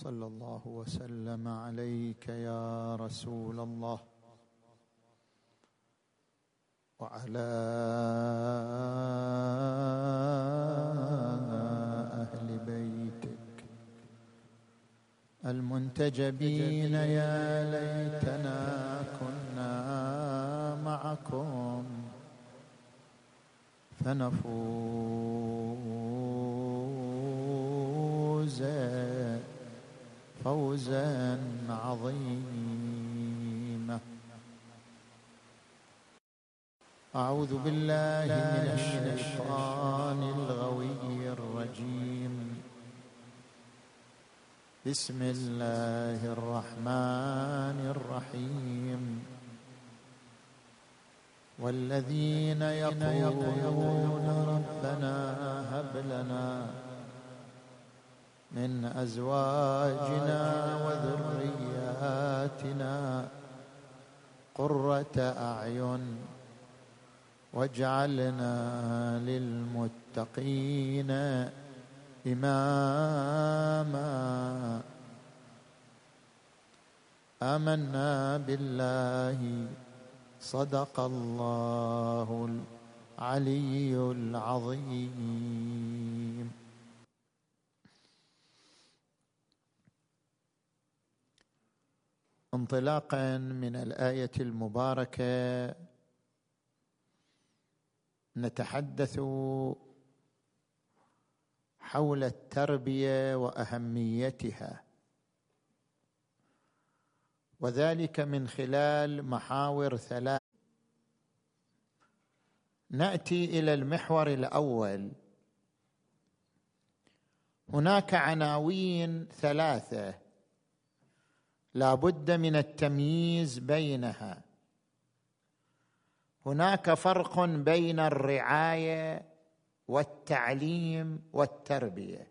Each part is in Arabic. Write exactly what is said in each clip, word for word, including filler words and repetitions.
صلى الله وسلم عليك يا رسول الله وعلى أهل بيتك المنتجبين. يا ليتنا كنا معكم فنفوز فوزا عظيما. أعوذ بالله من الشيطان الغوي الرجيم. بسم الله الرحمن الرحيم. والذين يقولون ربنا هب لنا من أزواجنا وذرياتنا قرة أعين واجعلنا للمتقين إماما. آمنا بالله صدق الله العلي العظيم. انطلاقا من الآية المباركة نتحدث حول التربية وأهميتها، وذلك من خلال محاور ثلاث. نأتي إلى المحور الأول. هناك عناوين ثلاثة لا بد من التمييز بينها. هناك فرق بين الرعاية والتعليم والتربية.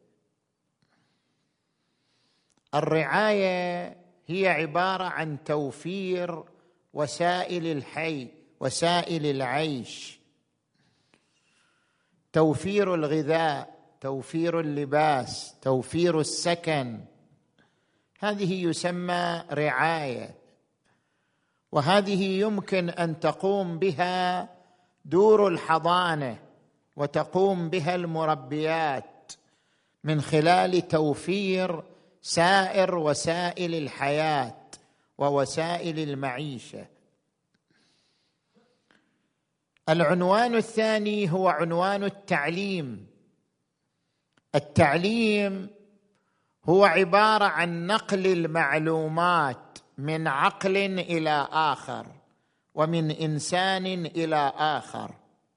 الرعاية هي عبارة عن توفير وسائل الحي وسائل العيش، توفير الغذاء، توفير اللباس، توفير السكن. هذه يسمى رعاية، وهذه يمكن أن تقوم بها دور الحضانة وتقوم بها المربيات من خلال توفير سائر وسائل الحياة ووسائل المعيشة. العنوان الثاني هو عنوان التعليم. التعليم هو عبارة عن نقل المعلومات من عقل إلى آخر ومن إنسان إلى آخر.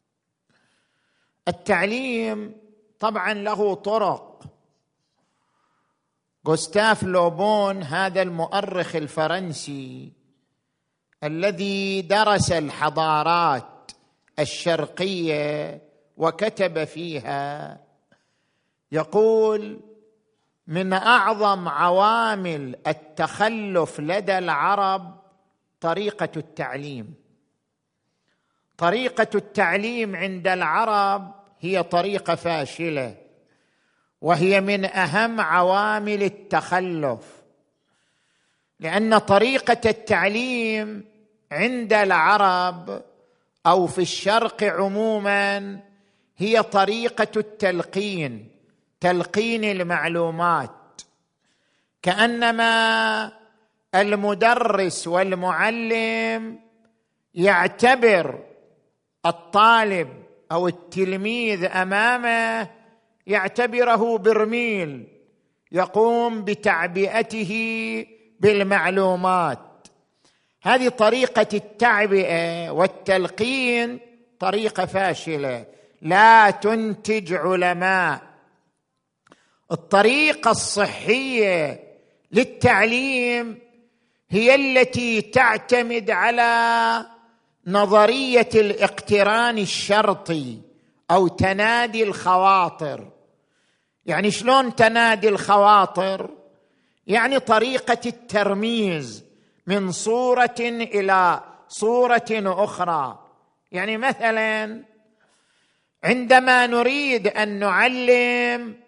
التعليم طبعا له طرق. غوستاف لوبون هذا المؤرخ الفرنسي الذي درس الحضارات الشرقية وكتب فيها يقول: من أعظم عوامل التخلف لدى العرب طريقة التعليم. طريقة التعليم عند العرب هي طريقة فاشلة، وهي من أهم عوامل التخلف، لأن طريقة التعليم عند العرب أو في الشرق عموما هي طريقة التلقين، تلقين المعلومات، كأنما المدرس والمعلم يعتبر الطالب أو التلميذ أمامه يعتبره برميل يقوم بتعبئته بالمعلومات. هذه طريقة التعبئة والتلقين طريقة فاشلة لا تنتج علماء. الطريقة الصحية للتعليم هي التي تعتمد على نظرية الاقتران الشرطي أو تنادي الخواطر. يعني شلون تنادي الخواطر؟ يعني طريقة الترميز من صورة إلى صورة أخرى. يعني مثلا عندما نريد أن نعلم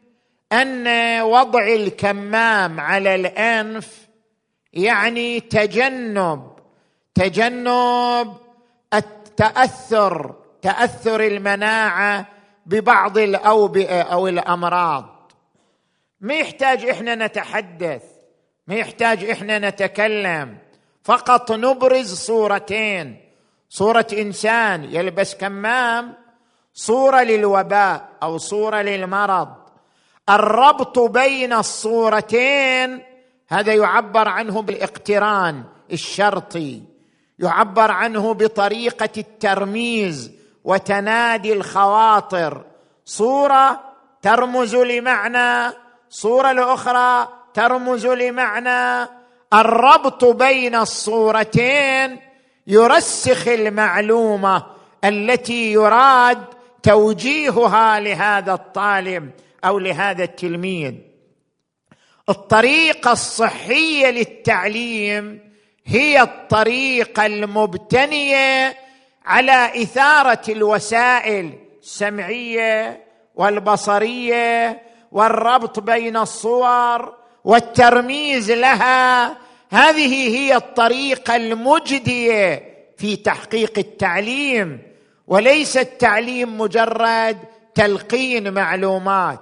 أن وضع الكمام على الأنف يعني تجنب تجنب التأثر تأثر المناعة ببعض الأوبئة أو الأمراض. ما يحتاج إحنا نتحدث، ما يحتاج إحنا نتكلم، فقط نبرز صورتين: صورة إنسان يلبس كمام، صورة للوباء أو صورة للمرض. الربط بين الصورتين هذا يعبر عنه بالاقتران الشرطي، يعبر عنه بطريقة الترميز وتنادي الخواطر. صورة ترمز لمعنى، صورة الأخرى ترمز لمعنى. الربط بين الصورتين يرسخ المعلومة التي يراد توجيهها لهذا الطالب أو لهذا التلميذ. الطريقة الصحية للتعليم هي الطريقة المبتنية على إثارة الوسائل السمعية والبصرية والربط بين الصور والترميز لها. هذه هي الطريقة المجدية في تحقيق التعليم، وليس التعليم مجرد تلقين معلومات.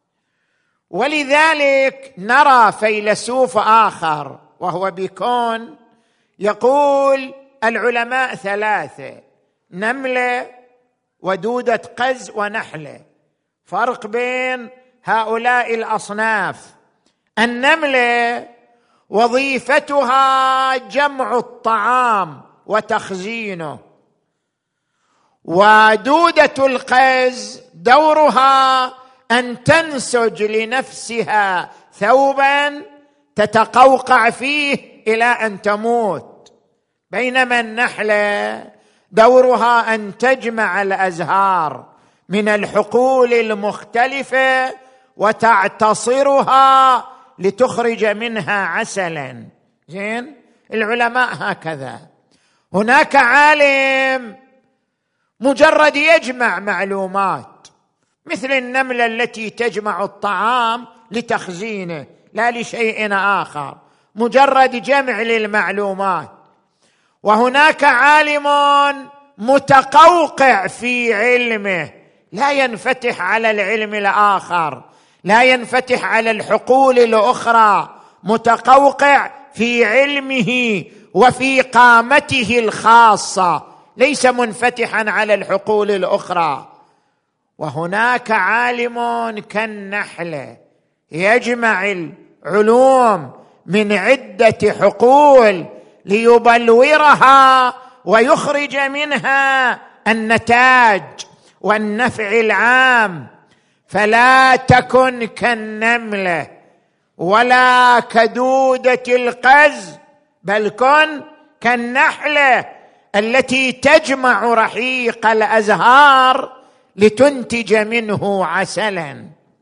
ولذلك نرى فيلسوف آخر وهو بيكون يقول العلماء ثلاثة: نملة ودودة قز ونحلة. فرق بين هؤلاء الأصناف: النملة وظيفتها جمع الطعام وتخزينه، ودودة القز دورها أن تنسج لنفسها ثوبا تتقوقع فيه إلى أن تموت، بينما النحلة دورها أن تجمع الأزهار من الحقول المختلفة وتعتصرها لتخرج منها عسلا. زين، العلماء هكذا. هناك عالم مجرد يجمع معلومات، مثل النملة التي تجمع الطعام لتخزينه لا لشيء آخر، مجرد جمع للمعلومات. وهناك عالم متقوقع في علمه، لا ينفتح على العلم الآخر، لا ينفتح على الحقول الأخرى، متقوقع في علمه وفي قامته الخاصة، ليس منفتحا على الحقول الأخرى. وهناك عالم كالنحلة يجمع العلوم من عدة حقول ليبلورها ويخرج منها النتاج والنفع العام. فلا تكن كالنملة ولا كدودة القز، بل كن كالنحلة التي تجمع رحيق الأزهار لتنتج منه عسلا.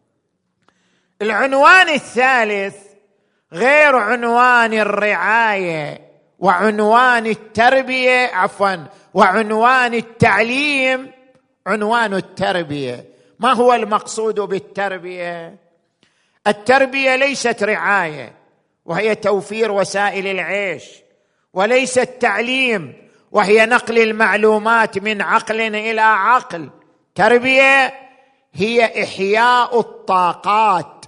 العنوان الثالث غير عنوان الرعاية وعنوان التربية، عفوا وعنوان التعليم، عنوان التربية. ما هو المقصود بالتربية؟ التربية ليست رعاية وهي توفير وسائل العيش، وليست تعليم وهي نقل المعلومات من عقل إلى عقل. تربية هي إحياء الطاقات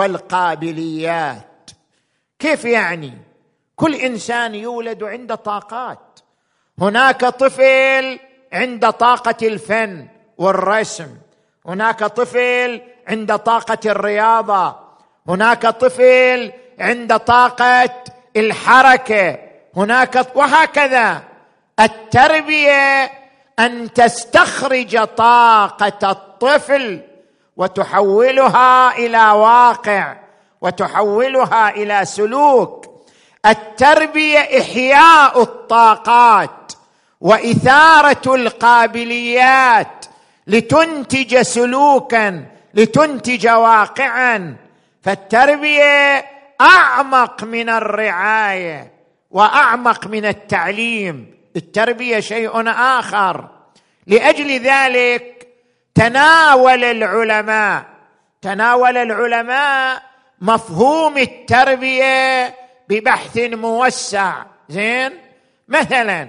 والقابليات. كيف يعني؟ كل إنسان يولد عنده طاقات. هناك طفل عنده طاقة الفن والرسم، هناك طفل عنده طاقة الرياضة، هناك طفل عنده طاقة الحركة، هناك، وهكذا. التربية أن تستخرج طاقة الطفل وتحولها إلى واقع وتحولها إلى سلوك. التربية إحياء الطاقات وإثارة القابليات لتنتج سلوكا، لتنتج واقعا. فالتربية أعمق من الرعاية وأعمق من التعليم. التربية شيء آخر. لأجل ذلك تناول العلماء تناول العلماء مفهوم التربية ببحث موسع. زين، مثلا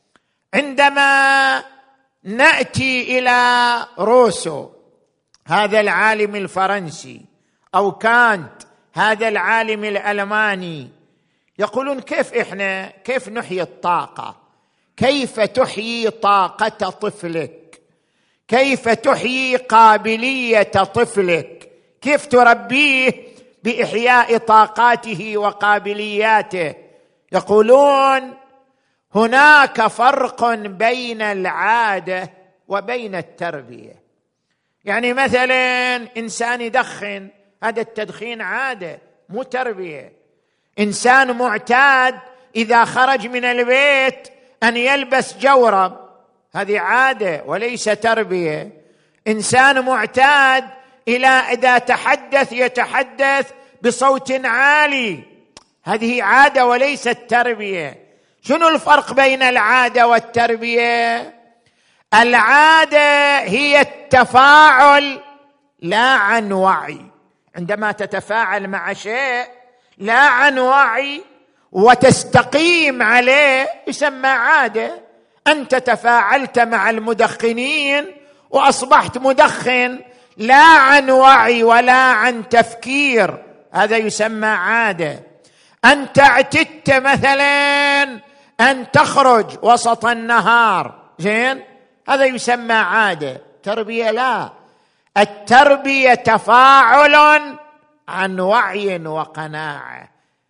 عندما نأتي إلى روسو هذا العالم الفرنسي أو كانت هذا العالم الألماني، يقولون كيف إحنا كيف نحيي الطاقة، كيف تحيي طاقة طفلك، كيف تحيي قابلية طفلك، كيف تربيه بإحياء طاقاته وقابلياته. يقولون هناك فرق بين العادة وبين التربية. يعني مثلا إنسان يدخن، هذا التدخين عادة مو تربية. إنسان معتاد إذا خرج من البيت أن يلبس جورب، هذه عادة وليس تربية. إنسان معتاد إلى إذا تحدث يتحدث بصوت عالي، هذه عادة وليست تربية. شنو الفرق بين العادة والتربية؟ العادة هي التفاعل لا عن وعي، عندما تتفاعل مع شيء لا عن وعي وتستقيم عليه يسمى عادة. أنت تفاعلت مع المدخنين وأصبحت مدخن لا عن وعي ولا عن تفكير، هذا يسمى عادة. أنت اعتدت مثلا أن تخرج وسط النهار، زين، هذا يسمى عادة. تربية لا، التربية تفاعل عن وعي وقناعة.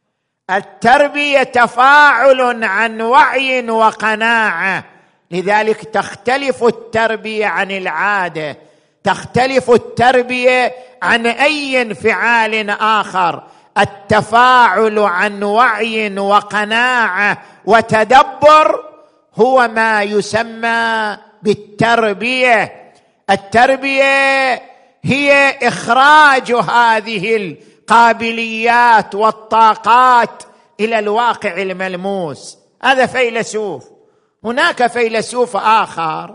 التربية تفاعل عن وعي وقناعة، لذلك تختلف التربية عن العادة، تختلف التربية عن أي انفعال آخر. التفاعل عن وعي وقناعة وتدبر هو ما يسمى بالتربية. التربية هي إخراج هذه القابليات والطاقات إلى الواقع الملموس. هذا فيلسوف. هناك فيلسوف آخر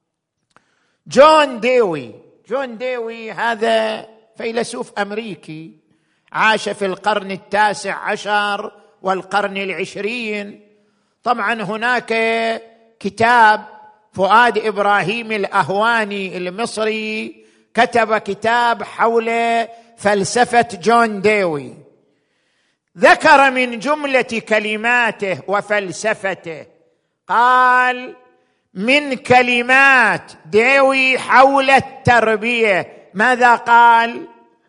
جون ديوي. جون ديوي هذا فيلسوف أمريكي عاش في القرن التاسع عشر والقرن العشرين. طبعا هناك كتاب فؤاد إبراهيم الأهواني المصري كتب كتاب حول فلسفة جون ديوي، ذكر من جملة كلماته وفلسفته، قال من كلمات ديوي حول التربية ماذا قال؟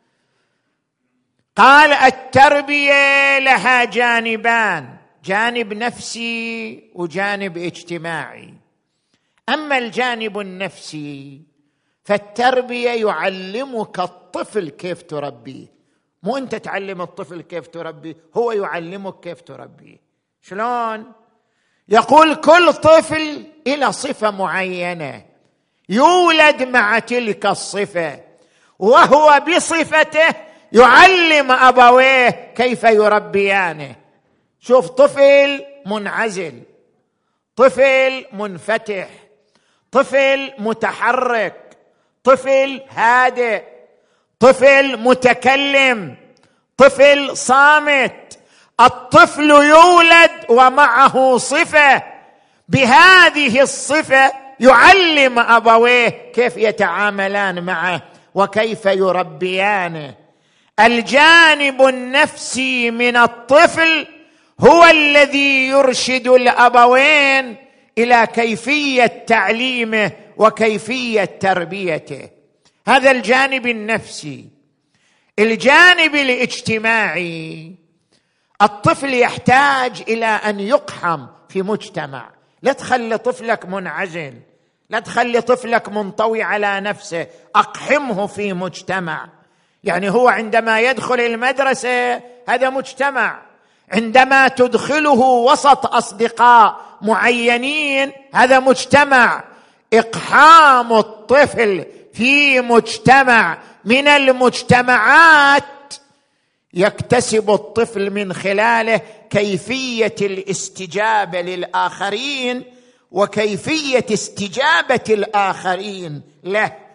قال التربية لها جانبان، جانب نفسي وجانب اجتماعي. أما الجانب النفسي فالتربية يعلمك الطفل كيف تربيه، مو أنت تعلم الطفل كيف تربيه، هو يعلمك كيف تربيه. شلون؟ يقول كل طفل إلى صفة معينة يولد مع تلك الصفة، وهو بصفته يعلم أبويه كيف يربيانه. شوف، طفل منعزل، طفل منفتح، طفل متحرك، طفل هادئ، طفل متكلم، طفل صامت. الطفل يولد ومعه صفة، بهذه الصفة يعلم أبويه كيف يتعاملان معه وكيف يربيانه. الجانب النفسي من الطفل هو الذي يرشد الأبوين إلى كيفية تعليمه وكيفية تربيته. هذا الجانب النفسي. الجانب الاجتماعي، الطفل يحتاج إلى أن يقحم في مجتمع. لا تخلي طفلك منعزل، لا تخلي طفلك منطوي على نفسه، أقحمه في مجتمع. يعني هو عندما يدخل المدرسة هذا مجتمع، عندما تدخله وسط أصدقاء معينين هذا مجتمع. إقحام الطفل في مجتمع من المجتمعات يكتسب الطفل من خلاله كيفية الاستجابة للآخرين وكيفية استجابة الآخرين له.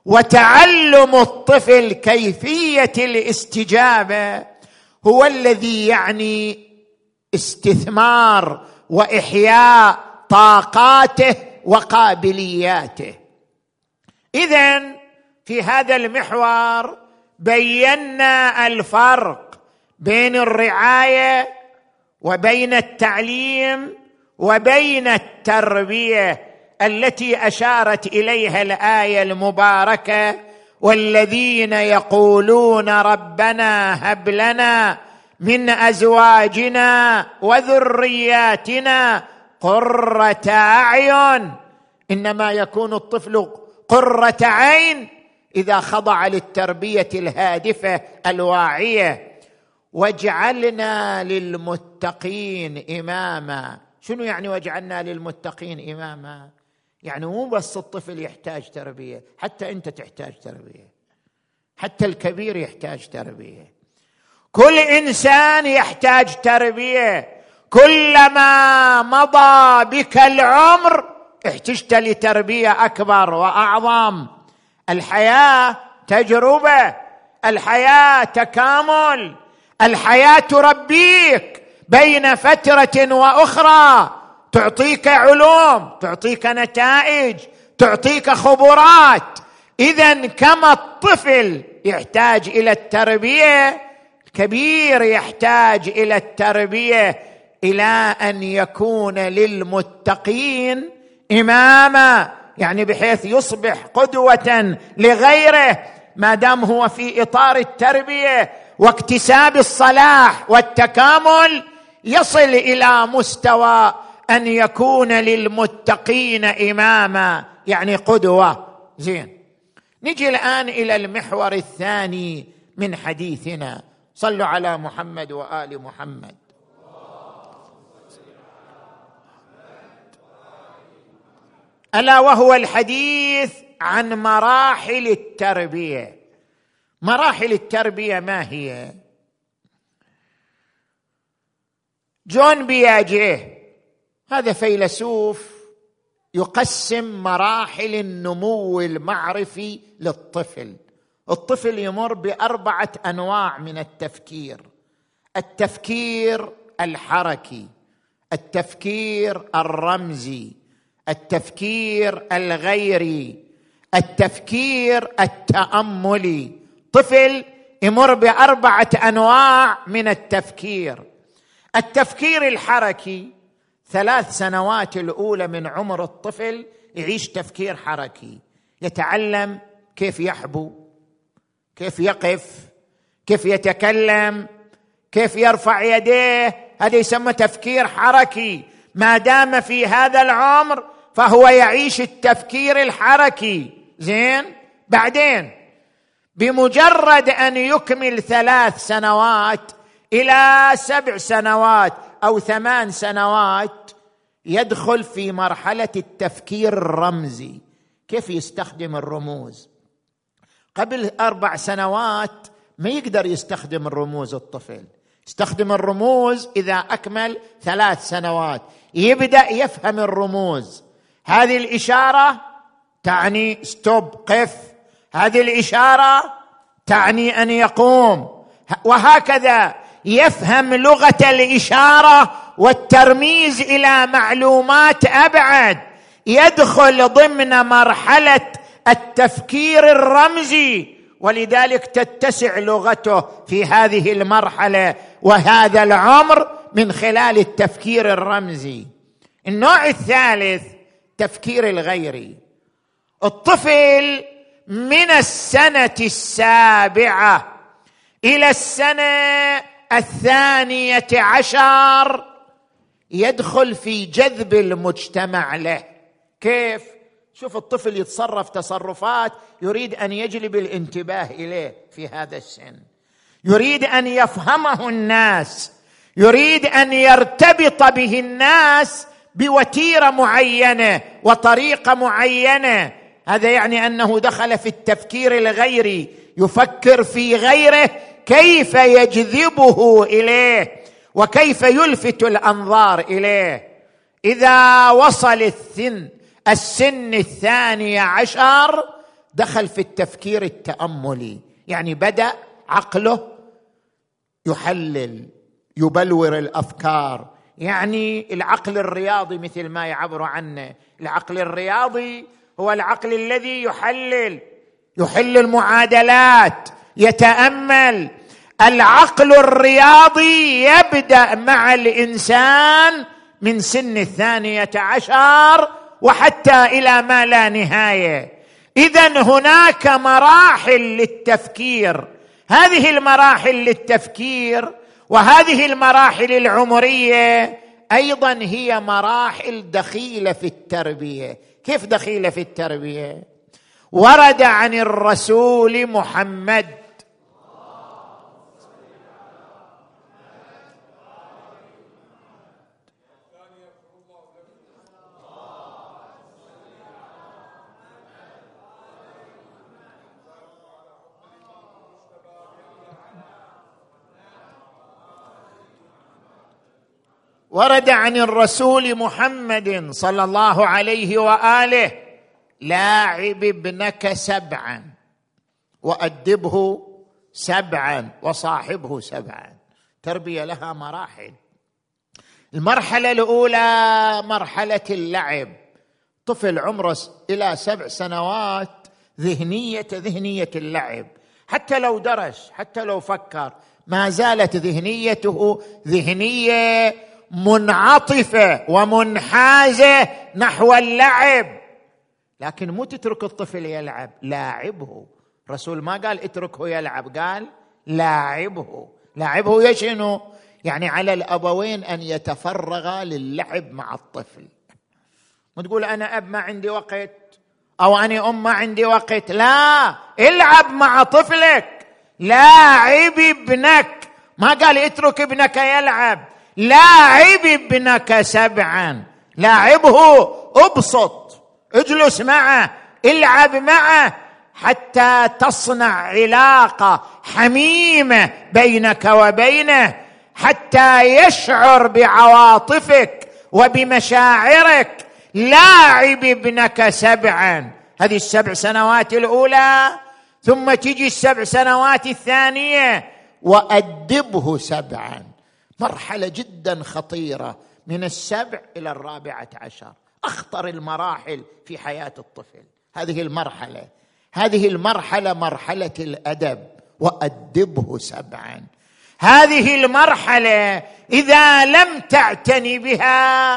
وتعلم الطفل كيفيه الاستجابه هو الذي يعني استثمار واحياء طاقاته وقابلياته. إذن في هذا المحور بينا الفرق بين الرعايه وبين التعليم وبين التربيه التي اشارت اليها الايه المباركه: والذين يقولون ربنا هب لنا من ازواجنا وذرياتنا قرة اعين. انما يكون الطفل قرة عين اذا خضع للتربيه الهادفه الواعيه. واجعلنا للمتقين اماما. شنو يعني واجعلنا للمتقين اماما؟ يعني مو بس الطفل يحتاج تربيه، حتى انت تحتاج تربيه، حتى الكبير يحتاج تربيه، كل انسان يحتاج تربيه. كلما مضى بك العمر احتجت لتربيه اكبر واعظم. الحياه تجربه، الحياه تكامل، الحياه تربيك بين فتره واخرى، تعطيك علوم، تعطيك نتائج، تعطيك خبرات. اذن كما الطفل يحتاج الى التربيه، الكبير يحتاج الى التربيه الى ان يكون للمتقين اماما، يعني بحيث يصبح قدوه لغيره ما دام هو في اطار التربيه واكتساب الصلاح والتكامل، يصل الى مستوى ان يكون للمتقين اماما، يعني قدوه. زين، نجي الان الى المحور الثاني من حديثنا. صلوا على محمد وآل محمد. ألا وهو الحديث عن مراحل التربية. مراحل التربية ما هي؟ جون بياجيه هذا فيلسوف يقسم مراحل النمو المعرفي للطفل. الطفل يمر بأربعة أنواع من التفكير: التفكير الحركي، التفكير الرمزي، التفكير الغيري، التفكير التأملي. طفل يمر بأربعة أنواع من التفكير. التفكير الحركي ثلاث سنوات الأولى من عمر الطفل يعيش تفكير حركي، يتعلم كيف يحبو، كيف يقف، كيف يتكلم، كيف يرفع يديه. هذا يسمى تفكير حركي. ما دام في هذا العمر فهو يعيش التفكير الحركي. زين، بعدين بمجرد أن يكمل ثلاث سنوات إلى سبع سنوات أو ثمان سنوات يدخل في مرحلة التفكير الرمزي، كيف يستخدم الرموز. قبل أربع سنوات ما يقدر يستخدم الرموز. الطفل يستخدم الرموز إذا أكمل ثلاث سنوات، يبدأ يفهم الرموز. هذه الإشارة تعني ستوب، قف. هذه الإشارة تعني أن يقوم، وهكذا يفهم لغة الإشارة والترميز إلى معلومات أبعد. يدخل ضمن مرحلة التفكير الرمزي، ولذلك تتسع لغته في هذه المرحلة وهذا العمر من خلال التفكير الرمزي. النوع الثالث تفكير الغيري. الطفل من السنة السابعة إلى السنة الثانية عشر يدخل في جذب المجتمع له. كيف؟ شوف الطفل يتصرف تصرفات يريد أن يجلب الانتباه إليه في هذا السن، يريد أن يفهمه الناس، يريد أن يرتبط به الناس بوتيرة معينة وطريقة معينة. هذا يعني أنه دخل في التفكير الغيري، يفكر في غيره كيف يجذبه إليه وكيف يلفت الأنظار إليه. إذا وصل السن السن الثاني عشر دخل في التفكير التأملي، يعني بدأ عقله يحلل يبلور الأفكار. يعني العقل الرياضي مثل ما يعبر عنه، العقل الرياضي هو العقل الذي يحلل يحل المعادلات، يتأمل. العقل الرياضي يبدأ مع الإنسان من سن الثانية عشر وحتى إلى ما لا نهاية. إذن هناك مراحل للتفكير، هذه المراحل للتفكير وهذه المراحل العمرية أيضا هي مراحل دخيلة في التربية. كيف دخيلة في التربية؟ ورد عن الرسول محمد ورد عن الرسول محمد صلى الله عليه وآله: لاعب ابنك سبعا وأدبه سبعا وصاحبه سبعا. تربية لها مراحل. المرحلة الأولى مرحلة اللعب. طفل عمره إلى سبع سنوات ذهنية ذهنية اللعب، حتى لو درس حتى لو فكر ما زالت ذهنيته ذهنية منعطفة ومنحازة نحو اللعب. لكن مو تترك الطفل يلعب، لاعبه. الرسول ما قال اتركه يلعب، قال لاعبه. لاعبه يشنو؟ يعني على الأبوين أن يتفرغا للعب مع الطفل. ما تقول أنا أب ما عندي وقت أو أنا أم ما عندي وقت، لا، العب مع طفلك، لاعب ابنك. ما قال اترك ابنك يلعب، لاعب ابنك سبعا. لاعبه، ابسط، اجلس معه، العب معه، حتى تصنع علاقة حميمة بينك وبينه، حتى يشعر بعواطفك وبمشاعرك. لاعب ابنك سبعا، هذه السبع سنوات الأولى. ثم تجي السبع سنوات الثانية، وأدبه سبعا. مرحلة جدا خطيرة، من السبع إلى الرابعة عشر، أخطر المراحل في حياة الطفل. هذه المرحلة هذه المرحلة مرحلة الأدب، وأدبه سبعا. هذه المرحلة إذا لم تعتني بها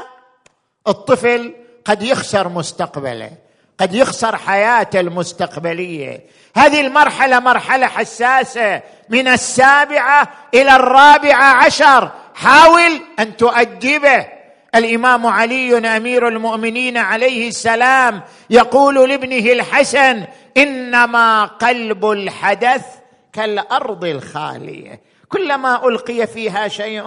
الطفل قد يخسر مستقبله، قد يخسر حياته المستقبلية. هذه المرحلة مرحلة حساسة، من السابعة إلى الرابعة عشر. حاول أن تؤدبه. الإمام علي أمير المؤمنين عليه السلام يقول لابنه الحسن: إنما قلب الحدث كالأرض الخالية، كلما ألقي فيها شيء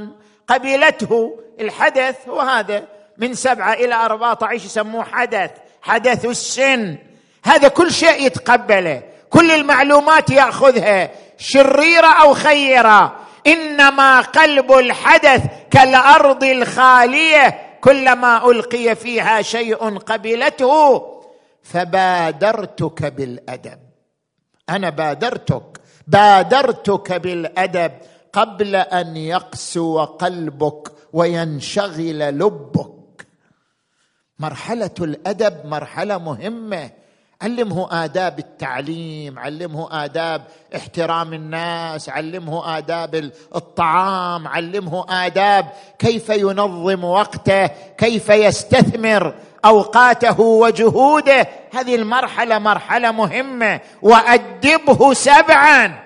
قبلته. الحدث هو هذا من سبعة إلى أربعة عشر يسموه حدث، حدث السن. هذا كل شيء يتقبله، كل المعلومات يأخذها، شريرة أو خيرة. إنما قلب الحدث كالأرض الخالية، كلما ألقي فيها شيء قبلته. فبادرتك بالأدب، أنا بادرتك بادرتك بالأدب قبل أن يقسو قلبك وينشغل لبك. مرحلة الأدب مرحلة مهمة. علمه آداب التعليم، علمه آداب احترام الناس، علمه آداب الطعام، علمه آداب كيف ينظم وقته، كيف يستثمر أوقاته وجهوده. هذه المرحلة مرحلة مهمة. وأدبه سبعا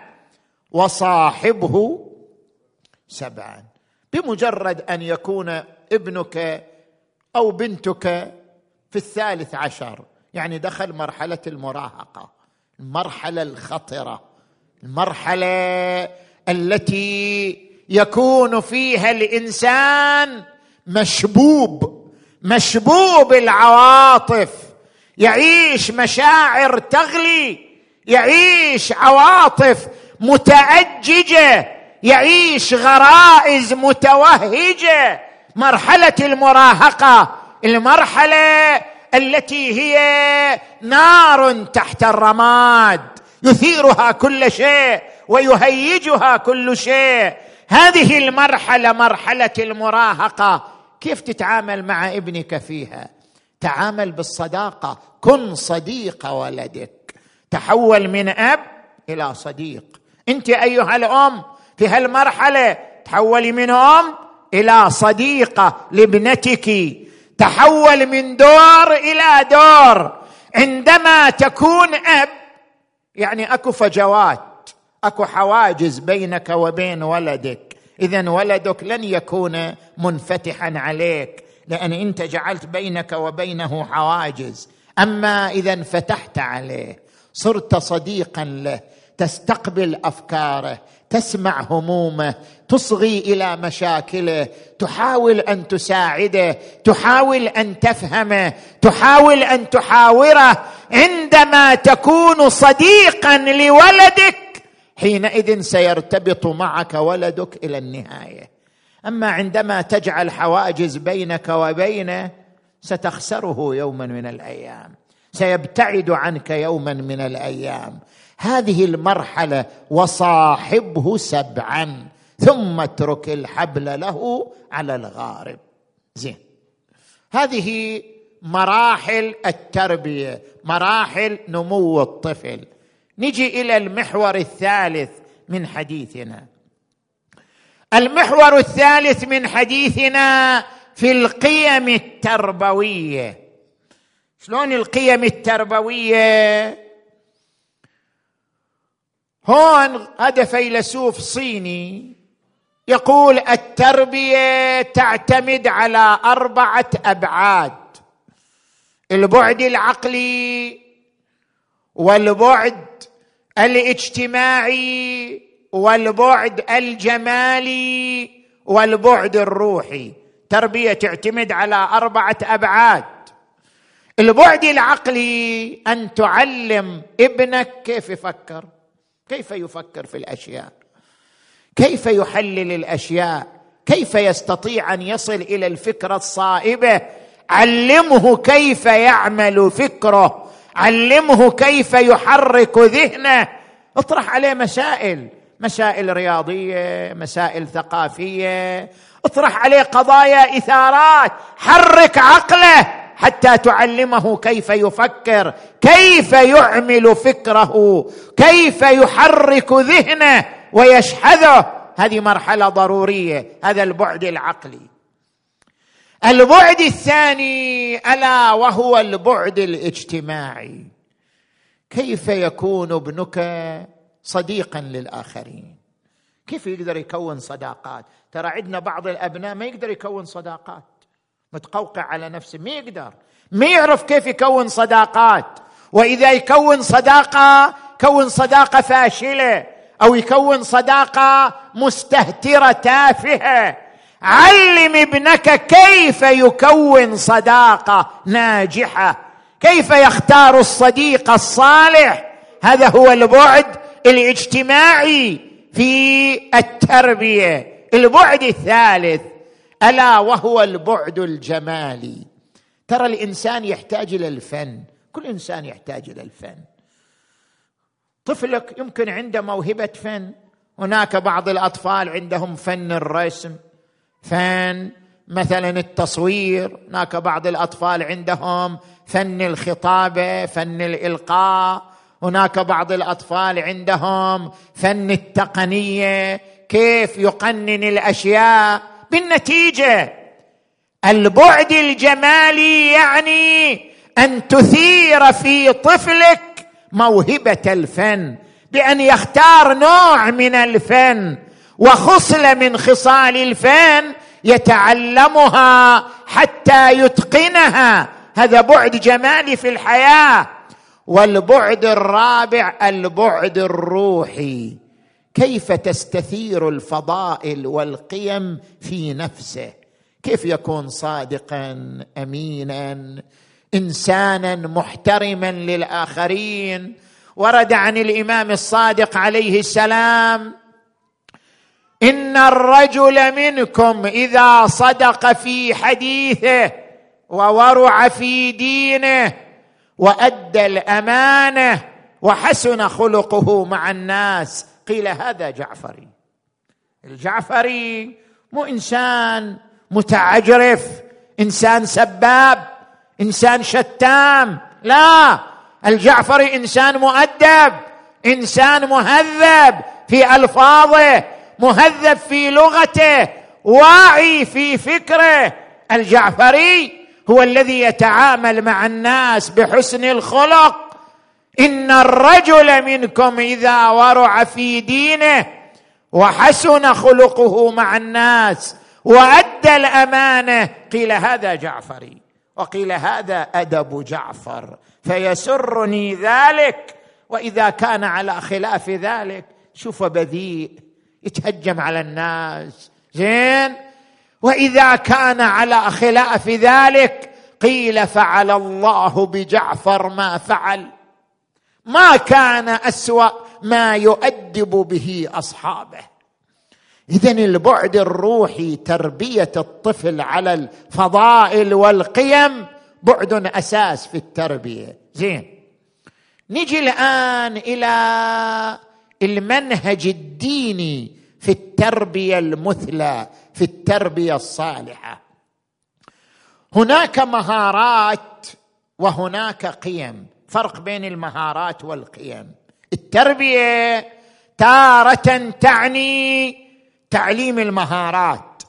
وصاحبه سبعا. بمجرد أن يكون ابنك أو بنتك في الثالث عشر، يعني دخل مرحلة المراهقة، المرحلة الخطرة، المرحلة التي يكون فيها الإنسان مشبوب مشبوب العواطف، يعيش مشاعر تغلي، يعيش عواطف متأججة، يعيش غرائز متوهجة. مرحلة المراهقة المرحلة التي هي نار تحت الرماد يثيرها كل شيء ويهيجها كل شيء. هذه المرحلة مرحلة المراهقة، كيف تتعامل مع ابنك فيها؟ تعامل بالصداقة، كن صديق ولدك، تحول من أب إلى صديق. أنت أيها الأم في هالمرحلة تحولي من أم إلى صديقة لابنتك، تحول من دور إلى دور. عندما تكون أب يعني أكو فجوات، أكو حواجز بينك وبين ولدك، إذن ولدك لن يكون منفتحا عليك لأن أنت جعلت بينك وبينه حواجز. أما إذا انفتحت عليه، صرت صديقا له، تستقبل أفكاره، تسمع همومه، تصغي إلى مشاكله، تحاول أن تساعده، تحاول أن تفهمه، تحاول أن تحاوره. عندما تكون صديقا لولدك حينئذ سيرتبط معك ولدك إلى النهاية. أما عندما تجعل حواجز بينك وبينه ستخسره يوما من الأيام، سيبتعد عنك يوما من الأيام. هذه المرحلة وصاحبه سبعا ثم اترك الحبل له على الغارب. زين، هذه مراحل التربية، مراحل نمو الطفل. نجي إلى المحور الثالث من حديثنا. المحور الثالث من حديثنا في القيم التربوية. شلون القيم التربوية؟ هون هذا فيلسوف صيني يقول التربية تعتمد على أربعة أبعاد: البعد العقلي، والبعد الاجتماعي، والبعد الجمالي، والبعد الروحي. تربية تعتمد على أربعة أبعاد. البعد العقلي أن تعلم ابنك كيف يفكر، كيف يفكر في الأشياء، كيف يحلل الأشياء، كيف يستطيع أن يصل إلى الفكرة الصائبة. علمه كيف يعمل فكره، علمه كيف يحرك ذهنه. اطرح عليه مسائل، مسائل رياضية، مسائل ثقافية، اطرح عليه قضايا إثارات، حرك عقله حتى تعلمه كيف يفكر، كيف يعمل فكره، كيف يحرك ذهنه ويشحذه. هذه مرحلة ضرورية، هذا البعد العقلي. البعد الثاني ألا وهو البعد الاجتماعي. كيف يكون ابنك صديقا للآخرين؟ كيف يقدر يكون صداقات؟ ترى عندنا بعض الأبناء ما يقدر يكون صداقات، متقوقع على نفسه، ما يقدر، ما يعرف كيف يكون صداقات. وإذا يكون صداقة كون صداقة فاشلة أو يكون صداقة مستهترة تافهة. علم ابنك كيف يكون صداقة ناجحة، كيف يختار الصديق الصالح. هذا هو البعد الاجتماعي في التربية. البعد الثالث ألا وهو البعد الجمالي. ترى الإنسان يحتاج إلى الفن، كل إنسان يحتاج إلى الفن. طفلك يمكن عنده موهبة فن، هناك بعض الأطفال عندهم فن الرسم، فن مثلا التصوير، هناك بعض الأطفال عندهم فن الخطابة، فن الإلقاء، هناك بعض الأطفال عندهم فن التقنية، كيف يقنن الأشياء. بالنتيجة البعد الجمالي يعني أن تثير في طفلك موهبة الفن بأن يختار نوع من الفن وخصلة من خصال الفن يتعلمها حتى يتقنها. هذا بعد جمالي في الحياة. والبعد الرابع البعد الروحي. كيف تستثير الفضائل والقيم في نفسه، كيف يكون صادقا أمينا إنسانا محترما للآخرين. ورد عن الإمام الصادق عليه السلام: إن الرجل منكم إذا صدق في حديثه وورع في دينه وأدى الأمانة وحسن خلقه مع الناس، قيل هذا جعفري. الجعفري مو إنسان متعجرف، إنسان سباب، إنسان شتام، لا، الجعفري إنسان مؤدب، إنسان مهذب في ألفاظه، مهذب في لغته، واعي في فكره. الجعفري هو الذي يتعامل مع الناس بحسن الخلق. إن الرجل منكم إذا ورع في دينه وحسن خلقه مع الناس وأدى الأمانة، قيل هذا جعفري، وقيل هذا أدب جعفر، فيسرني ذلك. وإذا كان على خلاف ذلك، شوف بذيء يتهجم على الناس، زين. وإذا كان على خلاف ذلك، قيل فعل الله بجعفر ما فعل، ما كان أسوأ ما يؤدب به أصحابه. إذن البعد الروحي، تربية الطفل على الفضائل والقيم، بعد أساس في التربية. زين، نجي الآن إلى المنهج الديني في التربية المثلى، في التربية الصالحة. هناك مهارات وهناك قيم، فرق بين المهارات والقيم. التربية تارة تعني تعليم المهارات،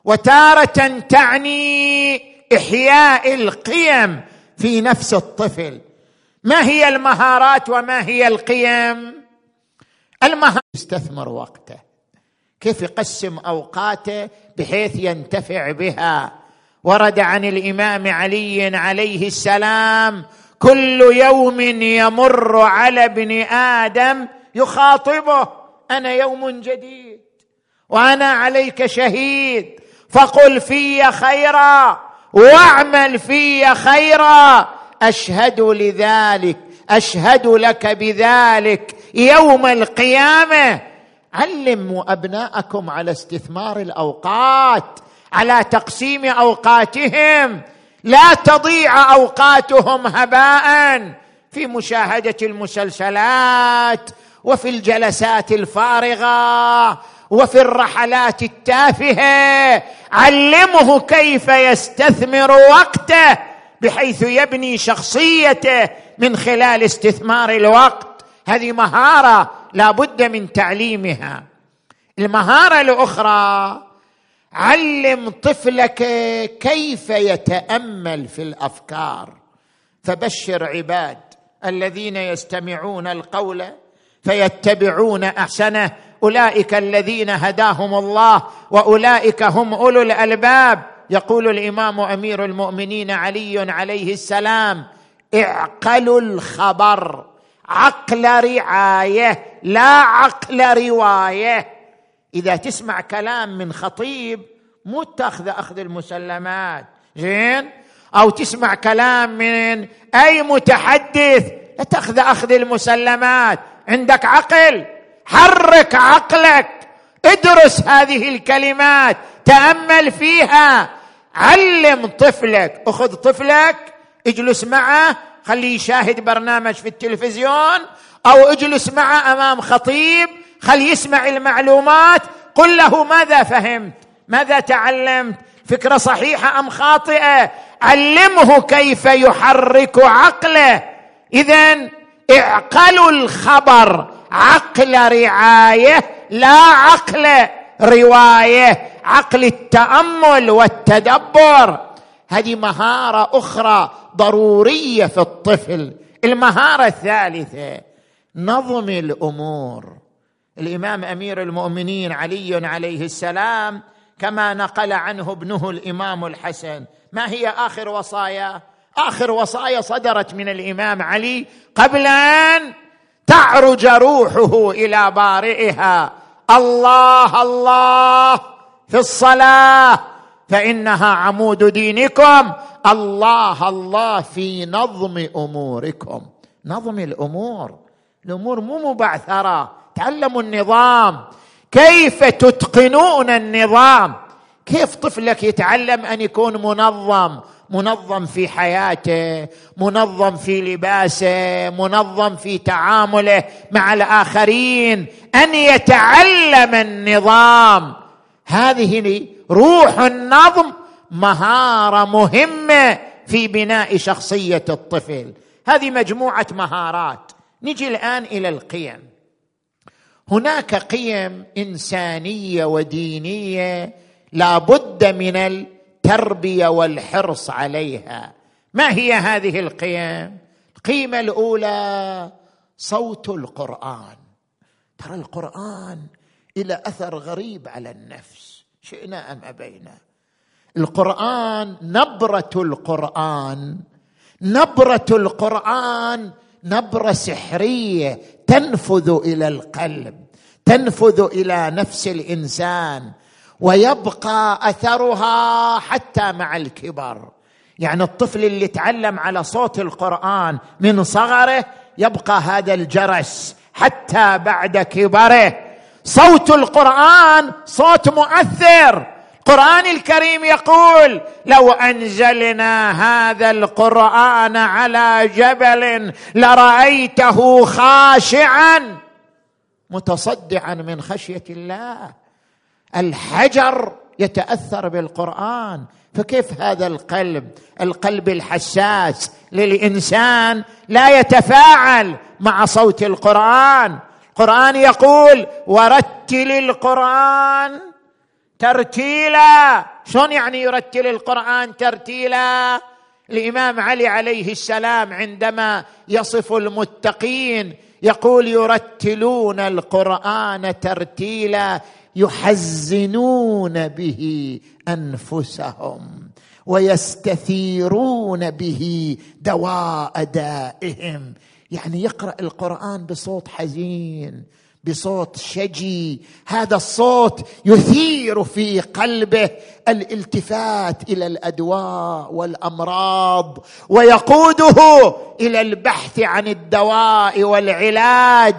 وتارة تعني إحياء القيم في نفس الطفل. ما هي المهارات وما هي القيم؟ المهارات يستثمر وقته، كيف يقسم أوقاته بحيث ينتفع بها. ورد عن الإمام علي عليه السلام: كل يوم يمر على ابن آدم يخاطبه: أنا يوم جديد وأنا عليك شهيد، فقل في خيرا واعمل في خيرا، أشهد لذلك أشهد لك بذلك يوم القيامة. علموا أبناءكم على استثمار الأوقات، على تقسيم أوقاتهم، لا تضيع أوقاتهم هباء في مشاهدة المسلسلات وفي الجلسات الفارغة وفي الرحلات التافهة. علمه كيف يستثمر وقته بحيث يبني شخصيته من خلال استثمار الوقت. هذه مهارة لا بد من تعليمها. المهارة الأخرى: علم طفلك كيف يتأمل في الأفكار. فبشر عباد الذين يستمعون القول فيتبعون أحسنه، أولئك الذين هداهم الله وأولئك هم أولو الألباب. يقول الإمام أمير المؤمنين علي عليه السلام: اعقلوا الخبر، عقل رعاية لا عقل رواية. إذا تسمع كلام من خطيب مو تأخذ أخذ المسلمات، زين، أو تسمع كلام من أي متحدث لا تأخذ أخذ المسلمات. عندك عقل، حرك عقلك، ادرس هذه الكلمات، تأمل فيها. علم طفلك، أخذ طفلك اجلس معه، خليه يشاهد برنامج في التلفزيون، أو اجلس معه أمام خطيب، خليه يسمع المعلومات، قل له ماذا فهمت، ماذا تعلمت، فكرة صحيحة أم خاطئة. علمه كيف يحرك عقله. إذن اعقلوا الخبر، عقل رعاية لا عقل رواية، عقل التأمل والتدبر. هذه مهارة أخرى ضرورية في الطفل. المهارة الثالثة: نظم الأمور. الإمام أمير المؤمنين علي عليه السلام كما نقل عنه ابنه الإمام الحسن، ما هي آخر وصايا؟ آخر وصايا صدرت من الإمام علي قبل أن تعرج روحه إلى بارئها: الله الله في الصلاة فإنها عمود دينكم، الله الله في نظم أموركم. نظم الأمور، الأمور مو مبعثرة، تعلموا النظام، كيف تتقنون النظام. كيف طفلك يتعلم أن يكون منظم منظم في حياته، منظم في لباسه، منظم في تعامله مع الآخرين، أن يتعلم النظام. هذه روح النظم مهارة مهمة في بناء شخصية الطفل. هذه مجموعة مهارات. نجي الآن إلى القيم. هناك قيم إنسانية ودينية لا بد من التربية والحرص عليها. ما هي هذه القيم؟ القيمة الأولى صوت القرآن. ترى القرآن إلى أثر غريب على النفس، شئنا أم أبينا. القرآن، نبرة القرآن، نبرة القرآن نبرة سحرية تنفذ إلى القلب، تنفذ إلى نفس الإنسان، ويبقى أثرها حتى مع الكبر. يعني الطفل اللي تعلم على صوت القرآن من صغره يبقى هذا الجرس حتى بعد كبره. صوت القرآن صوت مؤثر. القرآن الكريم يقول: لو أنزلنا هذا القرآن على جبل لرأيته خاشعا متصدعا من خشية الله. الحجر يتأثر بالقرآن، فكيف هذا القلب، القلب الحساس للإنسان، لا يتفاعل مع صوت القرآن؟ القرآن يقول: ورتل القرآن ترتيلا. شلون يعني يرتل القرآن ترتيلا؟ الإمام علي عليه السلام عندما يصف المتقين يقول: يرتلون القرآن ترتيلا يحزنون به أنفسهم ويستثيرون به دواء دائهم. يعني يقرأ القرآن بصوت حزين، بصوت شجي. هذا الصوت يثير في قلبه الالتفات إلى الأدواء والأمراض، ويقوده إلى البحث عن الدواء والعلاج.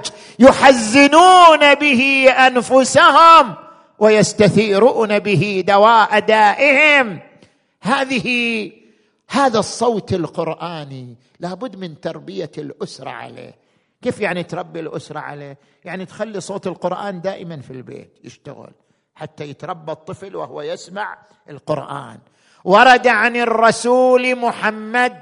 يحزنون به أنفسهم ويستثيرون به دواء دائهم. هذه هذا الصوت القرآني لابد من تربية الأسرة عليه. كيف يعني تربي الأسرة عليه؟ يعني تخلي صوت القرآن دائما في البيت يشتغل حتى يتربى الطفل وهو يسمع القرآن. ورد عن الرسول محمد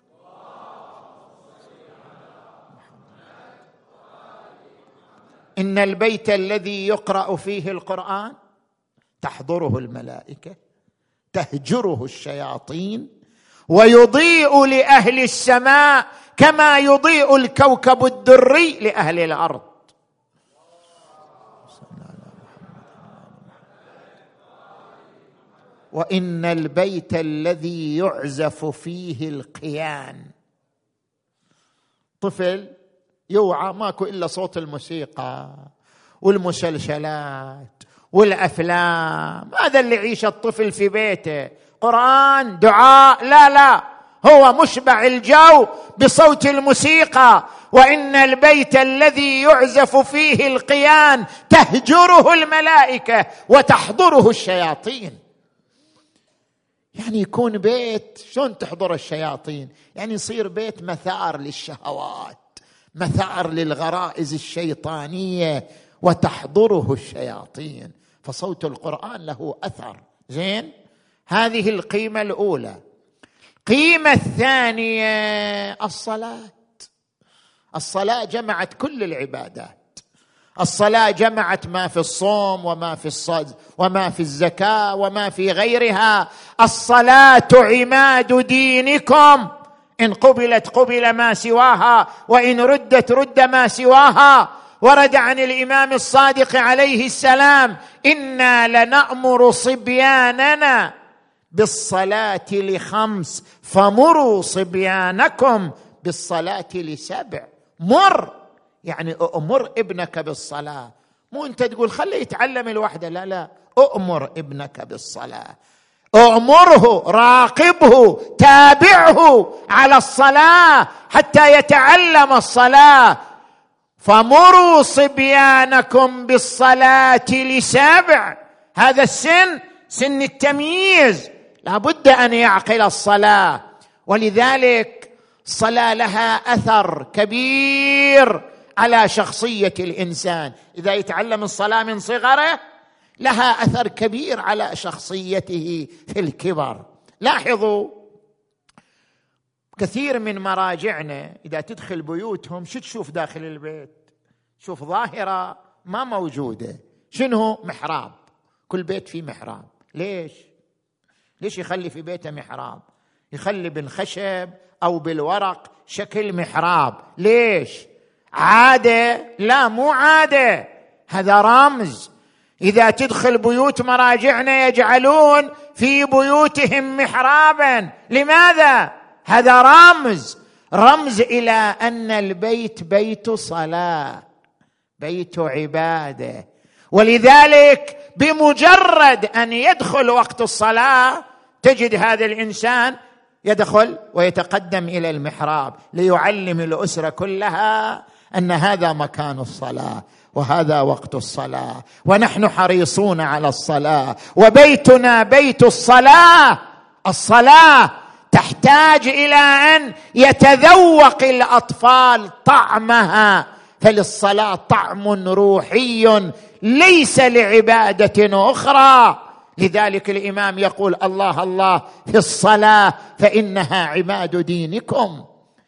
إن البيت الذي يقرأ فيه القرآن تحضره الملائكة، تهجره الشياطين، ويضيء لأهل السماء كما يضيء الكوكب الدري لأهل الأرض. وإن البيت الذي يعزف فيه القيان. طفل يوعى ماكو إلا صوت الموسيقى والمسلسلات والأفلام، هذا اللي يعيش الطفل في بيته. قرآن، دعاء، لا لا، هو مشبع الجو بصوت الموسيقى. وإن البيت الذي يعزف فيه القيان تهجره الملائكة وتحضره الشياطين. يعني يكون بيت، شلون تحضر الشياطين؟ يعني يصير بيت مثار للشهوات، مثار للغرائز الشيطانية، وتحضره الشياطين. فصوت القرآن له أثر. زين، هذه القيمة الأولى. القيمة الثانية الصلاة. الصلاة جمعت كل العبادات. الصلاة جمعت ما في الصوم وما في الصلاة وما في الزكاة وما في غيرها. الصلاة عماد دينكم، إن قبلت قبل ما سواها، وإن ردت رد ما سواها. ورد عن الإمام الصادق عليه السلام: إنا لنأمر صبياننا بالصلاة لخمس فمروا صبيانكم بالصلاة لسبع. مر يعني أمر ابنك بالصلاة، مو أنت تقول خليه يتعلم الوحدة، لا لا، أؤمر ابنك بالصلاة، أمره، راقبه، تابعه على الصلاة حتى يتعلم الصلاة. فمروا صبيانكم بالصلاة لسبع. هذا السن سن التمييز، لابد أن يعقل الصلاة. ولذلك الصلاة لها أثر كبير على شخصية الإنسان. إذا يتعلم الصلاة من صغره لها أثر كبير على شخصيته في الكبر. لاحظوا كثير من مراجعنا إذا تدخل بيوتهم شو تشوف داخل البيت؟ شوف ظاهرة ما موجودة. شنو؟ محراب. كل بيت فيه محراب. ليش؟ ليش يخلي في بيته محراب؟ يخلي بالخشب أو بالورق شكل محراب. ليش؟ عادة؟ لا، مو عادة، هذا رمز. إذا تدخل بيوت مراجعنا يجعلون في بيوتهم محرابا. لماذا؟ هذا رمز، رمز إلى أن البيت بيت صلاة، بيت عبادة. ولذلك بمجرد أن يدخل وقت الصلاة تجد هذا الإنسان يدخل ويتقدم إلى المحراب ليعلم الأسرة كلها أن هذا مكان الصلاة وهذا وقت الصلاة، ونحن حريصون على الصلاة، وبيتنا بيت الصلاة. الصلاة تحتاج إلى أن يتذوق الأطفال طعمها، فللصلاة طعم روحي ليس لعبادة أخرى. لذلك الإمام يقول الله الله في الصلاة فإنها عماد دينكم.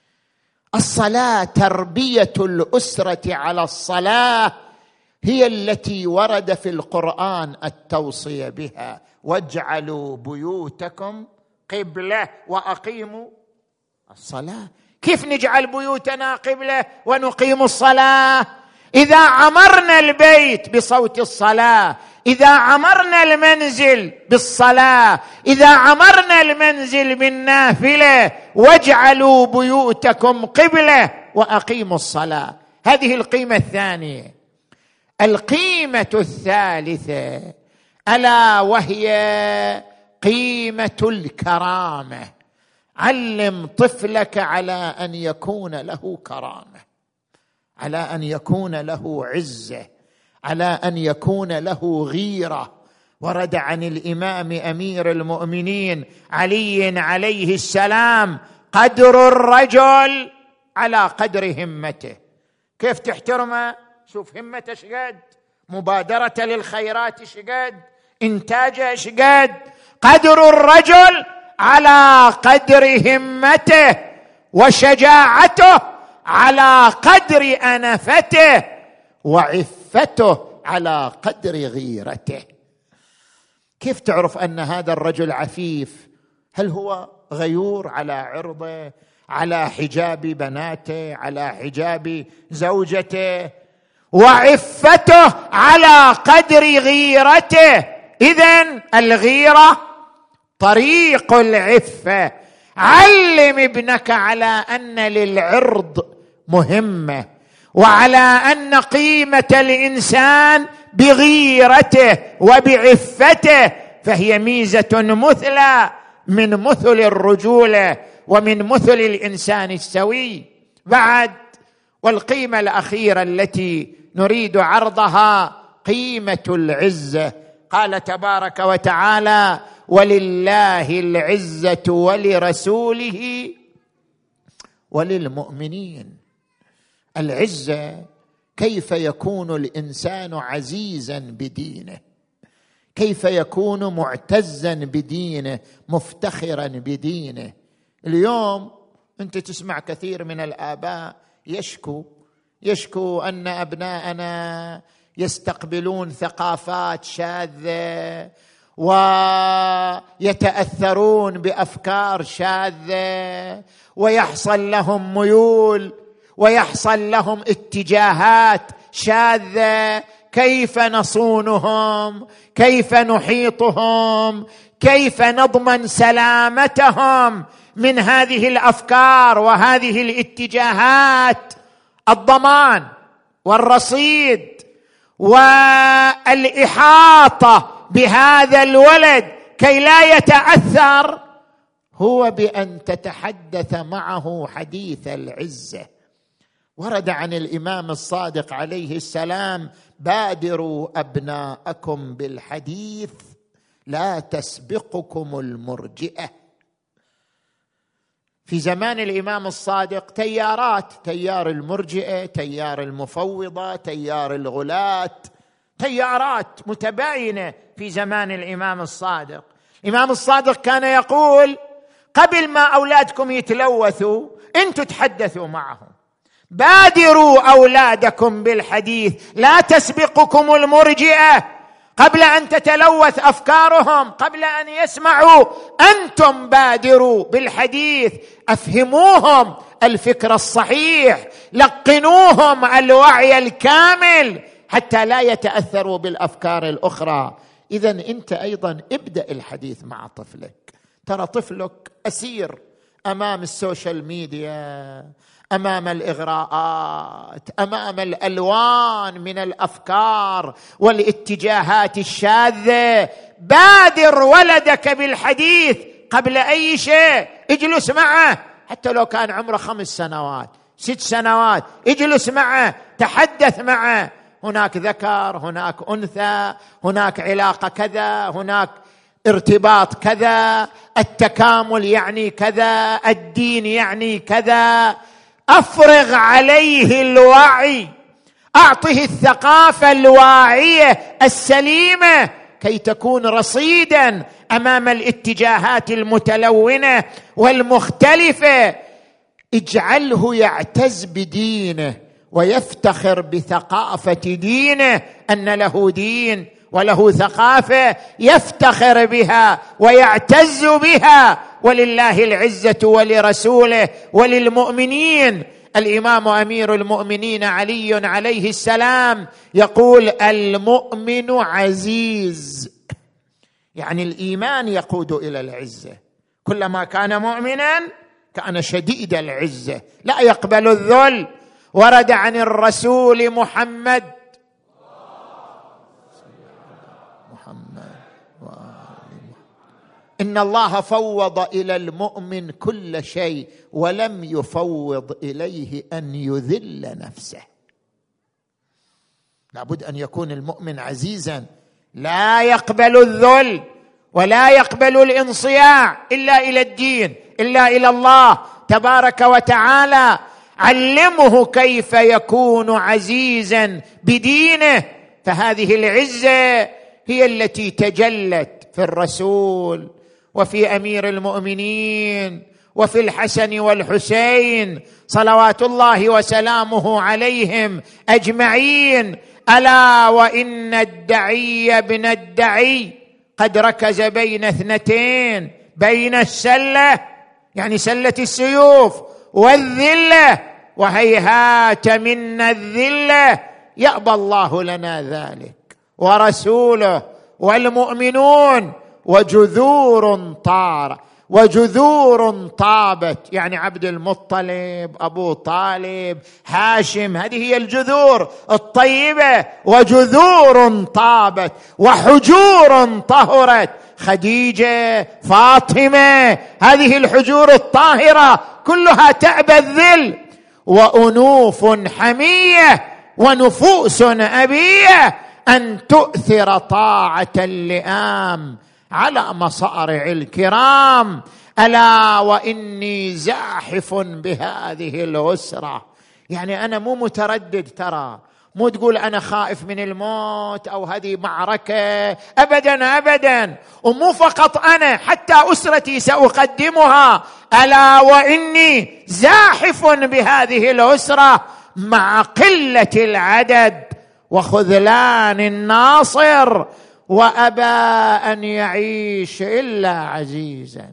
الصلاة تربية الأسرة على الصلاة هي التي ورد في القرآن التوصية بها: واجعلوا بيوتكم قبلة وأقيموا الصلاة. كيف نجعل بيوتنا قبلة ونقيم الصلاة؟ إذا عمرنا البيت بصوت الصلاة، إذا عمرنا المنزل بالصلاة، إذا عمرنا المنزل بالنافلة. واجعلوا بيوتكم قبلة وأقيموا الصلاة. هذه القيمة الثانية. القيمة الثالثة ألا وهي قيمة الكرامة. علم طفلك على أن يكون له كرامة، على أن يكون له عزة، على أن يكون له غيرة. ورد عن الإمام أمير المؤمنين علي عليه السلام: قدر الرجل على قدر همته. كيف تحترمه؟ شوف همته شقد، مبادرة للخيرات شقد، إنتاجه شقد. قدر الرجل على قدر همته، وشجاعته على قدر أنفته، وعفته على قدر غيرته. كيف تعرف أن هذا الرجل عفيف؟ هل هو غيور على عرضه، على حجاب بناته، على حجاب زوجته؟ وعفته على قدر غيرته. إذن الغيرة طريق العفة. علم ابنك على أن للعرض مهمة، وعلى أن قيمة الإنسان بغيرته وبعفته، فهي ميزة مثلى من مثل الرجولة ومن مثل الإنسان السوي. بعد، والقيمة الأخيرة التي نريد عرضها قيمة العزة. قال تبارك وتعالى: ولله العزة ولرسوله وللمؤمنين. العزة، كيف يكون الإنسان عزيزا بدينه، كيف يكون معتزا بدينه، مفتخرا بدينه. اليوم أنت تسمع كثير من الآباء يشكو يشكو أن أبناءنا يستقبلون ثقافات شاذة ويتأثرون بأفكار شاذة، ويحصل لهم ميول ويحصل لهم اتجاهات شاذة. كيف نصونهم؟ كيف نحيطهم؟ كيف نضمن سلامتهم من هذه الأفكار وهذه الاتجاهات؟ الضمان والرصيد والإحاطة بهذا الولد كي لا يتأثر هو بأن تتحدث معه حديث العزة. ورد عن الإمام الصادق عليه السلام: بادروا أبناءكم بالحديث لا تسبقكم المرجئة. في زمان الإمام الصادق تيارات، تيار المرجئة، تيار المفوضة، تيار الغلاة، تيارات متباينة في زمان الإمام الصادق. الإمام الصادق كان يقول قبل ما أولادكم يتلوثوا أنتم تحدثوا معهم، بادروا أولادكم بالحديث، لا تسبقكم المرجئة، قبل أن تتلوث أفكارهم، قبل أن يسمعوا أنتم بادروا بالحديث، أفهموهم الفكر الصحيح، لقنوهم الوعي الكامل حتى لا يتأثروا بالأفكار الأخرى. إذن أنت أيضا ابدأ الحديث مع طفلك. ترى طفلك أسير أمام السوشيال ميديا، أمام الإغراءات، أمام الألوان من الأفكار والاتجاهات الشاذة. بادر ولدك بالحديث قبل أي شيء، اجلس معه حتى لو كان عمره خمس سنوات ست سنوات، اجلس معه، تحدث معه. هناك ذكر، هناك أنثى، هناك علاقة كذا، هناك ارتباط كذا، التكامل يعني كذا، الدين يعني كذا. أفرغ عليه الوعي، أعطه الثقافة الواعية السليمة كي تكون رصيدا أمام الاتجاهات المتلونة والمختلفة. اجعله يعتز بدينه ويفتخر بثقافة دينه، أن له دين وله ثقافة يفتخر بها ويعتز بها، ولله العزة ولرسوله وللمؤمنين. الإمام أمير المؤمنين علي عليه السلام يقول المؤمن عزيز، يعني الإيمان يقود إلى العزة. كلما كان مؤمنا كان شديد العزة، لا يقبل الذل. ورد عن الرسول محمد محمد إن الله فوض إلى المؤمن كل شيء ولم يفوض إليه أن يذل نفسه. لابد أن يكون المؤمن عزيزا، لا يقبل الذل ولا يقبل الانصياع إلا إلى الدين، إلا إلى الله تبارك وتعالى. علمه كيف يكون عزيزا بدينه. فهذه العزة هي التي تجلت في الرسول وفي أمير المؤمنين وفي الحسن والحسين صلوات الله وسلامه عليهم أجمعين. ألا وإن الدعي ابن الدعي قد ركز بين اثنتين، بين السلة يعني سلة السيوف والذلة، وهيهات منا الذلة، يأبى الله لنا ذلك ورسوله والمؤمنون. وجذور طار وجذور طابت، يعني عبد المطلب، أبو طالب، هاشم، هذه هي الجذور الطيبة. وجذور طابت وحجور طهرت، خديجة، فاطمة، هذه الحجور الطاهرة كلها تعبى الذل. وأنوف حمية ونفوس أبية أن تؤثر طاعة اللئام على مصارع الكرام. ألا وإني زاحف بهذه الأسرة، يعني أنا مو متردد، ترى مو تقول أنا خائف من الموت أو هذه معركة، أبدا أبدا. ومو فقط أنا، حتى أسرتي سأقدمها. ألا وإني زاحف بهذه الأسرة مع قلة العدد وخذلان الناصر، وأبى أن يعيش إلا عزيزا.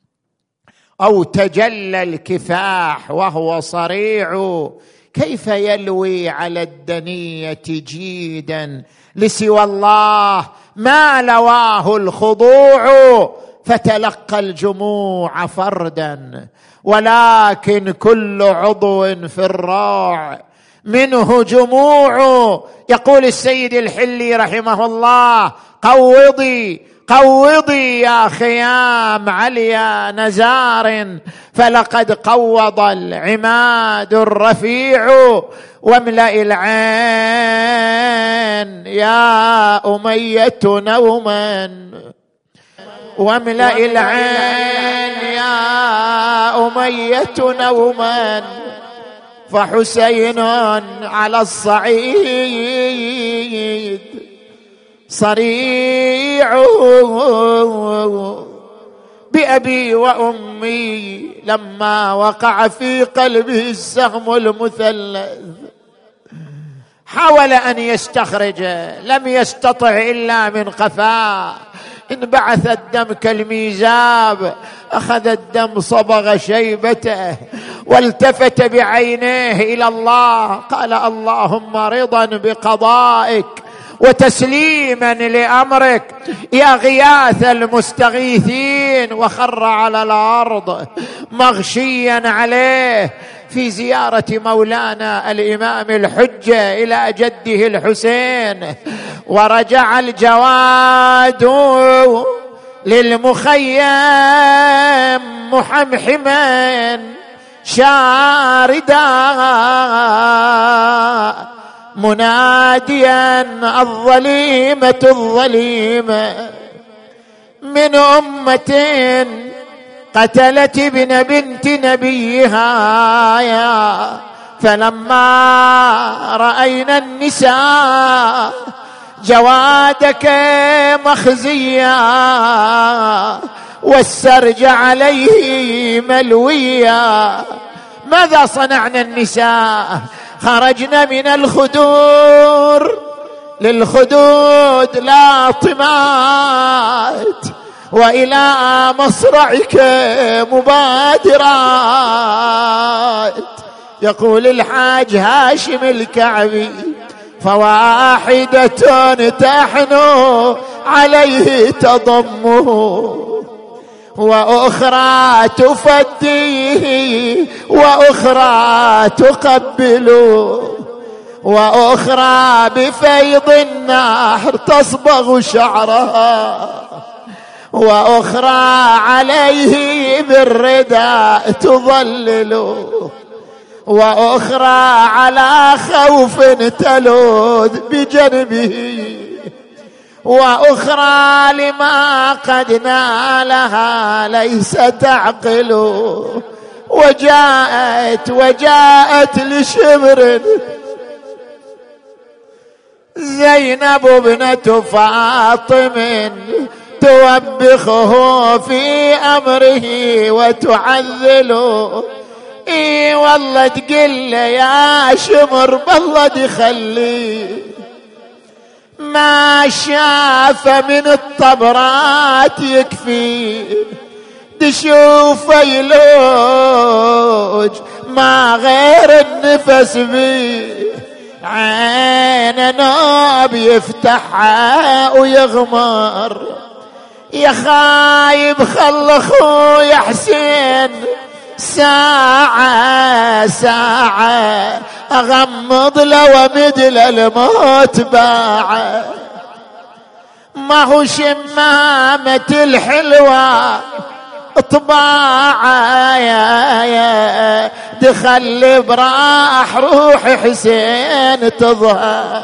أو تجلى الكفاح وهو صريع، كيف يلوي على الدنية جيدا لسوى الله ما لواه الخضوع. فتلقى الجموع فردا ولكن كل عضو في الروع منه جموع. يقول السيد الحلي رحمه الله قوضي قوضي يا خيام عليا نزار، فلقد قوض العماد الرفيع. واملأ العين يا أمية نوما واملأ العين يا أمية نوما، فحسين على الصعيد صريع بأبي وأمي، لما وقع في قلبه السهم المثلث حاول أن يستخرجه، لم يستطع إلا من قفاه، انبعث الدم كالميزاب، أخذ الدم صبغ شيبته والتفت بعينيه إلى الله، قال اللهم رضا بقضائك وتسليما لأمرك يا غياث المستغيثين، وخر على الأرض مغشيا عليه في زيارة مولانا الإمام الحجة إلى جده الحسين. ورجع الجواد للمخيم محمحما شاردا مناديا الظليمة الظليمة من أمة قتلت ابن بنت نبيها، يا فلما رأينا النساء جوادك مخزيا والسرج عليه ملويا، ماذا صنعنا النساء؟ خرجنا من الخدور للخدود لاطمات، وإلى مصرعك مبادرات. يقول الحاج هاشم الكعبي فواحدة تحنو عليه تضمه، وأخرى تفديه، وأخرى تقبله، وأخرى بفيض النهر تصبغ شعرها، وأخرى عليه بالرداء تظلله، وأخرى على خوف تلوذ بجنبه، وأخرى لما قد نالها ليس تعقل. وجاءت وجاءت لشبر زينب ابنة فاطم توبخه في أمره وتعذله. اي والله تقل يا شمر بالله دخلي ما شاف من الطبرات يكفي، تشوف يلوج ما غير النفس بي، عين نوب يفتحها ويغمر. يا خايب خل اخويا حسين ساعة ساعة أغمض له ومدل الموت باعه، ما هو شمامة الحلوة طباعة يا يا دخل براح روح حسين تظهر.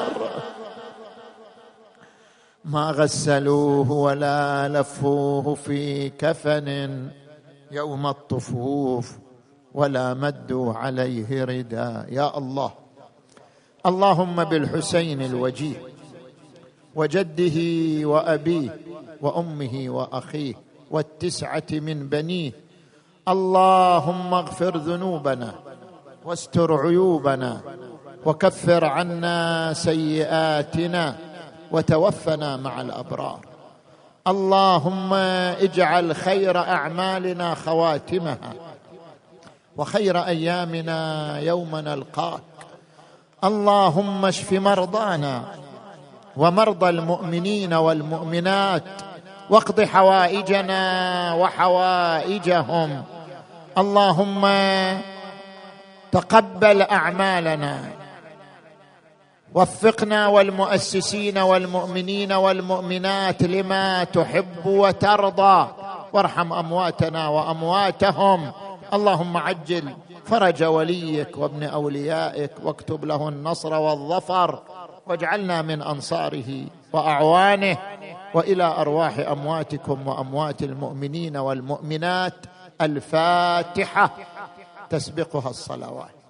ما غسلوه ولا لفوه في كفن يوم الطفوف ولا مدوا عليه رداء. يا الله، اللهم بالحسين الوجيه وجده وأبيه وأمه وأخيه والتسعة من بنيه، اللهم اغفر ذنوبنا واستر عيوبنا وكفر عنا سيئاتنا وتوفنا مع الأبرار. اللهم اجعل خير أعمالنا خواتمها وخير أيامنا يوم نلقاك. اللهم اشف مرضانا ومرضى المؤمنين والمؤمنات واقض حوائجنا وحوائجهم. اللهم تقبل أعمالنا، وفقنا والمؤسسين والمؤمنين والمؤمنات لما تحب وترضى، وارحم أمواتنا وأمواتهم. اللهم عجل فرج وليك وابن أوليائك واكتب له النصر والظفر، واجعلنا من أنصاره وأعوانه. والى ارواح امواتكم واموات المؤمنين والمؤمنات. الفاتحه تسبقها الصلوات.